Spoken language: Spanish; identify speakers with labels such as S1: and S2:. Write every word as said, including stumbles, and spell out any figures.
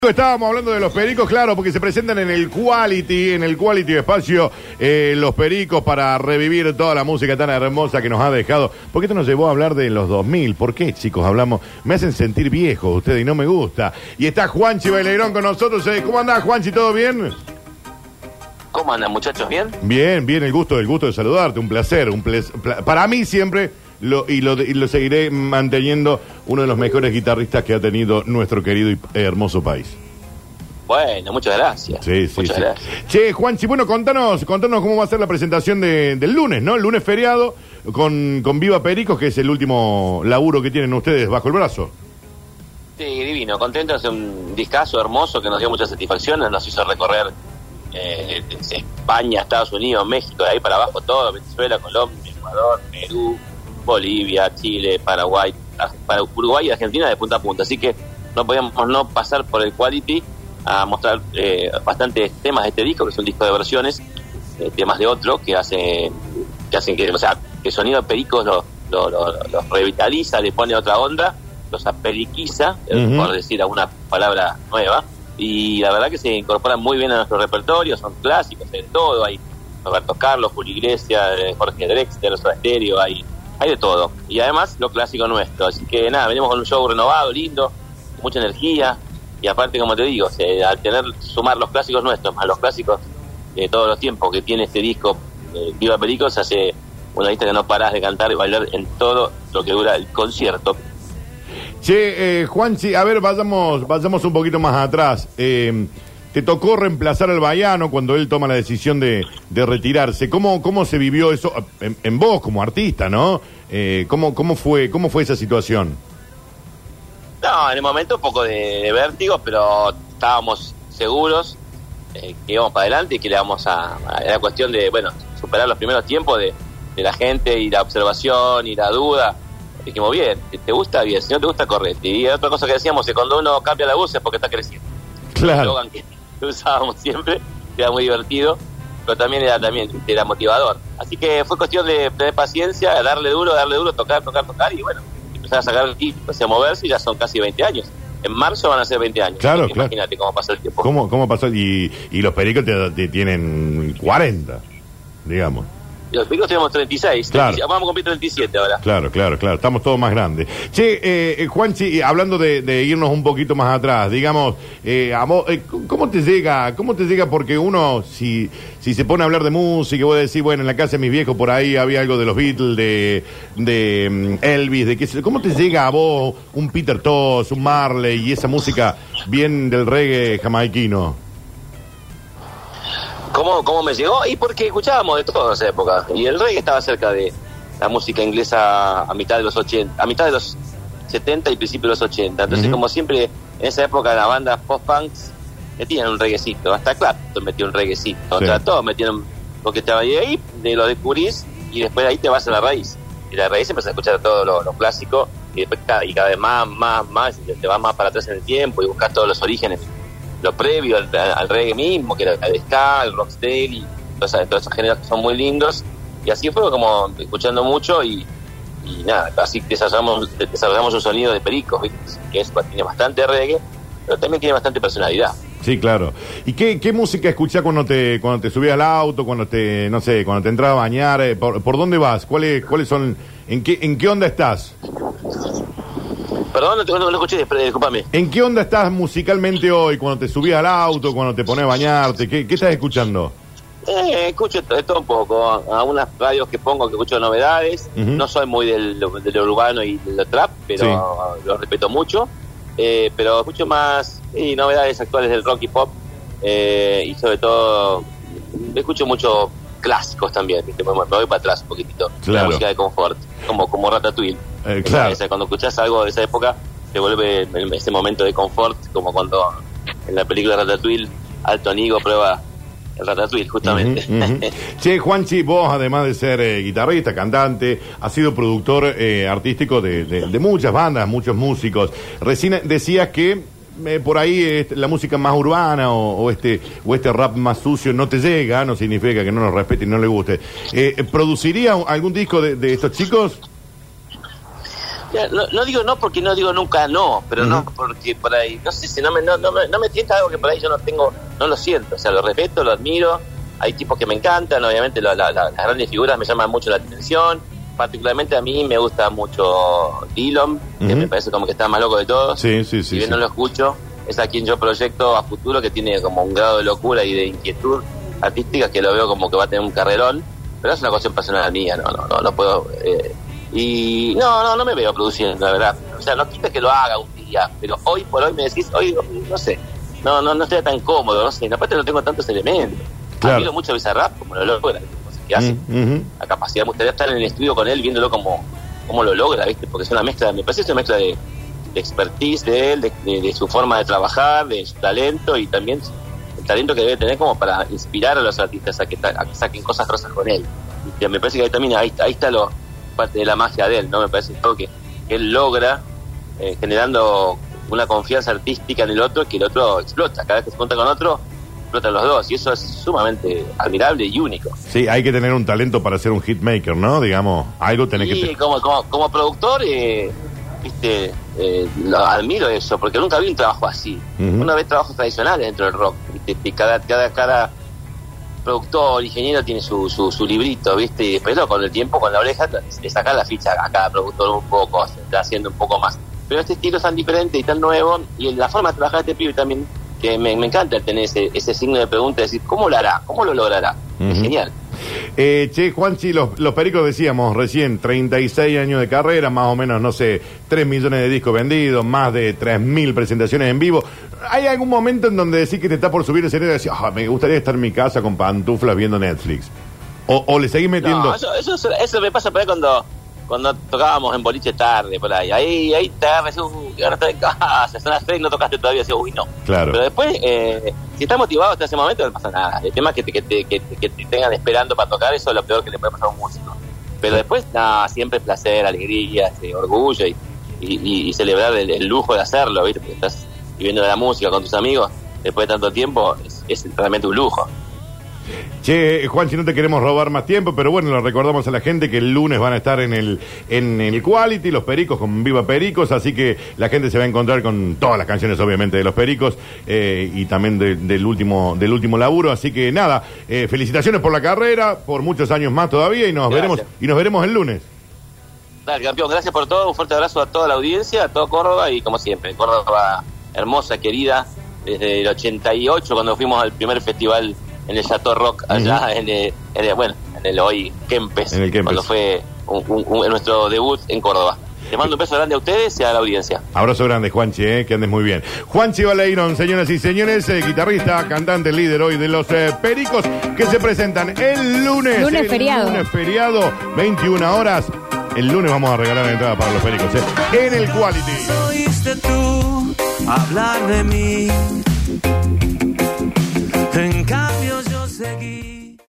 S1: Estábamos hablando de los pericos, claro, porque se presentan en el Quality, en el Quality Espacio, eh, los pericos para revivir toda la música tan hermosa que nos ha dejado. ¿Por qué esto nos llevó a hablar de los dos mil? ¿Por qué, chicos, hablamos? Me hacen sentir viejo ustedes y no me gusta. Y está Juanchi Baileirón con nosotros. ¿Cómo andás, Juanchi? ¿Todo bien?
S2: ¿Cómo andan, muchachos? ¿Bien?
S1: Bien, bien, el gusto, el gusto de saludarte, un placer, un placer. Para mí siempre... Lo, y, lo, y lo seguiré manteniendo uno de los mejores guitarristas que ha tenido nuestro querido y hermoso país.
S2: Bueno, muchas gracias.
S1: Sí, sí,
S2: muchas
S1: sí.
S2: gracias.
S1: Che, Juanchi, bueno, contanos, contanos cómo va a ser la presentación de, del lunes, ¿no? El lunes feriado con, con Viva Pericos, que es el último laburo que tienen ustedes bajo el brazo.
S2: Sí, divino, contento, es un discazo hermoso que nos dio muchas satisfacciones, nos hizo recorrer eh, España, Estados Unidos, México, de ahí para abajo todo, Venezuela, Colombia, Ecuador, Perú, Bolivia, Chile, Paraguay, para Uruguay y Argentina de punta a punta, así que no podíamos no pasar por el Quality a mostrar eh, bastantes temas de este disco, que es un disco de versiones, eh, temas de otro que hacen que hacen que, o sea, que el sonido de Pericos los lo, lo, lo revitaliza, le pone otra onda, los aperiquiza, uh-huh. por decir alguna palabra nueva, y la verdad que se incorporan muy bien a nuestro repertorio, son clásicos de todo, hay Roberto Carlos, Julio Iglesias, Jorge Drexler, Soda Stereo, hay Hay de todo. Y además, lo clásico nuestro. Así que nada, venimos con un show renovado, lindo, con mucha energía. Y aparte, como te digo, se, al tener, sumar los clásicos nuestros más los clásicos de todos los tiempos que tiene este disco, eh, Viva Pericos, hace una lista que no parás de cantar y bailar en todo lo que dura el concierto.
S1: Che, eh, Juanchi, a ver, vayamos, vayamos un poquito más atrás. Eh... Te tocó reemplazar al Baiano cuando él toma la decisión de, de retirarse. ¿Cómo, cómo se vivió eso en, en vos como artista, no? Eh, ¿cómo, cómo fue, cómo fue esa situación?
S2: No, en el momento un poco de, de vértigo, pero estábamos seguros eh, que íbamos para adelante y que le íbamos a... a era cuestión de, bueno, superar los primeros tiempos de, de la gente y la observación y la duda. Dijimos, bien, ¿te gusta? Bien, si no te gusta, correte. Y otra cosa que decíamos, que cuando uno cambia la voz es porque está creciendo.
S1: Claro.
S2: Que usábamos siempre, era muy divertido, pero también era también era motivador. Así que fue cuestión de tener paciencia, darle duro, darle duro, tocar, tocar, tocar, y bueno, empezar a sacar el kit, empezar a moverse, y ya son casi veinte años. En marzo van a ser veinte años.
S1: Claro, claro.
S2: Imagínate cómo pasa el tiempo.
S1: ¿Cómo, cómo pasó? Y, y los Pericos te, te tienen cuarenta, digamos.
S2: Los Pericos tenemos treinta y seis,
S1: claro.
S2: treinta y seis, vamos a cumplir treinta y siete ahora.
S1: Claro, claro, claro, estamos todos más grandes. Che, eh, Juanchi, hablando de, de irnos un poquito más atrás, digamos, eh, amo, eh, ¿cómo te llega? ¿Cómo te llega? Porque uno, si, si se pone a hablar de música, voy a decir, bueno, en la casa de mis viejos por ahí había algo de los Beatles, de, de Elvis, de qué sé yo. ¿Cómo te llega a vos un Peter Tosh, un Marley y esa música bien del reggae jamaiquino?
S2: ¿Cómo, ¿Cómo me llegó? Y porque escuchábamos de todo en esa época. Y el reggae estaba cerca de la música inglesa a mitad de los ochenta, a mitad de los setenta y principio de los ochenta. Entonces, uh-huh. como siempre, en esa época las bandas post-punks metían un reguecito. Hasta Clapton metió un reguecito. Sí. O sea, todos metieron, porque estaba ahí, de lo descubrís, y después de ahí te vas a la raíz. Y la raíz empiezas a escuchar todo lo, lo clásico, y después cada, y cada vez más, más, más, y te vas más para atrás en el tiempo, y buscas todos los orígenes, lo previo al, al reggae mismo, que era el ska, el rocksteady, todos, todos esos géneros que son muy lindos, y así fue como escuchando mucho y, y nada, así desarrollamos, desarrollamos un sonido de Pericos, ¿viste? Que es, tiene bastante reggae, pero también tiene bastante personalidad.
S1: Sí, claro. ¿Y qué, qué música escuchás cuando te cuando te subías al auto, cuando te, no sé, cuando te entrabas a bañar? Eh, ¿por, ¿Por dónde vas? ¿Cuáles cuáles son, en qué en qué onda estás?
S2: Perdón, no, te, no lo escuché, discúlpame.
S1: ¿En qué onda estás musicalmente hoy? Cuando te subías al auto, cuando te pones a bañarte, ¿qué, qué estás escuchando?
S2: Eh, escucho de todo un poco. Algunas radios que pongo que escucho novedades. Uh-huh. No soy muy del, del urbano y del trap, pero sí. lo respeto mucho. Eh, pero escucho más y novedades actuales del rock y pop. Eh, y sobre todo, escucho mucho clásicos también. ¿Viste? Me voy para atrás un poquitito.
S1: Claro.
S2: La música de confort, como, como Ratatouille.
S1: Eh, claro.
S2: O sea, cuando escuchás algo de esa época, te vuelve ese momento de confort, como cuando en la película Ratatouille, Alto Nigo prueba el Ratatouille, justamente.
S1: Uh-huh, uh-huh. Che, Juanchi, vos además de ser eh, guitarrista, cantante, has sido productor eh, artístico de, de, de muchas bandas, muchos músicos. Recién decías que eh, por ahí eh, la música más urbana o, o este o este rap más sucio no te llega, no significa que no nos respete y no le guste. Eh, ¿Produciría algún disco de, de estos chicos?
S2: Ya, no, no digo no porque no digo nunca no, pero uh-huh. no porque por ahí, no sé si no me, no, no, me, no me tienta algo que por ahí yo no tengo, no lo siento, o sea, lo respeto, lo admiro, hay tipos que me encantan, obviamente la, la, la, las grandes figuras me llaman mucho la atención, particularmente a mí me gusta mucho Dillon, uh-huh. que me parece como que está más loco de todos,
S1: sí, sí, sí,
S2: si bien
S1: sí.
S2: no lo escucho, es a quien yo proyecto a futuro, que tiene como un grado de locura y de inquietud artística que lo veo como que va a tener un carrerón, pero es una cuestión personal mía, no, no, no, no puedo... Eh, Y no, no, no me veo produciendo, la verdad. O sea, no quita que lo haga un día, pero hoy por hoy me decís, hoy no sé, no no no estoy tan cómodo, no sé, aparte no tengo tantos elementos. Claro. Admiro mucho a Bizarrap, como lo logra, que hace, mm-hmm. la capacidad, me gustaría estar en el estudio con él, viéndolo como, como lo logra, ¿viste? Porque es una mezcla, me parece que es una mezcla de, de expertise de él, de, de, de su forma de trabajar, de su talento y también el talento que debe tener como para inspirar a los artistas a que, a que saquen cosas grosas con él. Y que me parece que ahí también, ahí, ahí está lo... parte de la magia de él, ¿no? Me parece todo que él logra eh, generando una confianza artística en el otro que el otro explota. Cada vez que se junta con otro, explotan los dos. Y eso es sumamente admirable y único.
S1: Sí, hay que tener un talento para ser un hitmaker, ¿no? Digamos, algo tenés
S2: sí,
S1: que tener.
S2: Sí, como, como, como productor, eh, viste, eh, lo admiro eso, porque nunca vi un trabajo así. Uh-huh. Una vez trabajos tradicionales dentro del rock, ¿viste? Y cada, cada, cada productor, ingeniero tiene su, su, su librito, ¿viste? Y después con el tiempo, con la oreja, le sacan la ficha a cada productor un poco, se está haciendo un poco más. Pero este estilo es tan diferente y tan nuevo, y la forma de trabajar de este pibe también, que me, me encanta tener ese, ese signo de pregunta, de decir, ¿cómo lo hará? ¿Cómo lo logrará? Uh-huh. Es genial.
S1: Eh, che, Juanchi, los, los Pericos decíamos recién, treinta y seis años de carrera, más o menos, no sé, tres millones de discos vendidos, más de tres mil presentaciones en vivo. ¿Hay algún momento en donde decís que te está por subir el escenario y decís, oh, me gustaría estar en mi casa con pantuflas viendo Netflix? ¿O, o le seguís metiendo...?
S2: No, eso, eso, eso me pasa por ahí cuando, cuando tocábamos en boliche tarde, por ahí. Ahí, ahí te agarras, uh, ahora estás en casa, son las tres y no tocaste todavía, así, uy, no.
S1: Claro.
S2: Pero después, eh, si estás motivado hasta ese momento, no pasa nada. El tema es que te, que te, que te, que te tengan esperando para tocar, eso es lo peor que le puede pasar a un músico. Pero después, nada, siempre placer, alegría, este, orgullo y, y, y, y celebrar el, el lujo de hacerlo, ¿viste? Porque estás viviendo de la música con tus amigos después de tanto tiempo, es, es realmente un lujo.
S1: Che, Juan, si no te queremos robar más tiempo, pero bueno, le recordamos a la gente que el lunes van a estar en el en el Quality, los Pericos con Viva Pericos, así que la gente se va a encontrar con todas las canciones, obviamente, de los Pericos eh, y también de, del último del último laburo, así que nada, eh, felicitaciones por la carrera, por muchos años más todavía y nos gracias. veremos y nos veremos el lunes.
S2: Dale, campeón, gracias por todo, un fuerte abrazo a toda la audiencia, a todo Córdoba y como siempre, Córdoba hermosa, querida, desde el ochenta y ocho cuando fuimos al primer festival en el Chateau Rock allá, uh-huh. en, el, en el, bueno, en el hoy Kempes, en el Kempes. Cuando fue un, un, un, nuestro debut en Córdoba. Les mando un beso grande a ustedes y a la audiencia.
S1: Abrazo grande, Juanchi, eh, que andes muy bien. Juanchi Balairón, señoras y señores, eh, guitarrista, cantante, líder hoy de los eh, Pericos, que se presentan el lunes.
S3: Lunes
S1: el
S3: feriado.
S1: Lunes feriado, veintiuna horas. El lunes vamos a regalar la entrada para los Pericos, eh, en el Quality.
S4: Oíste tú hablar de mí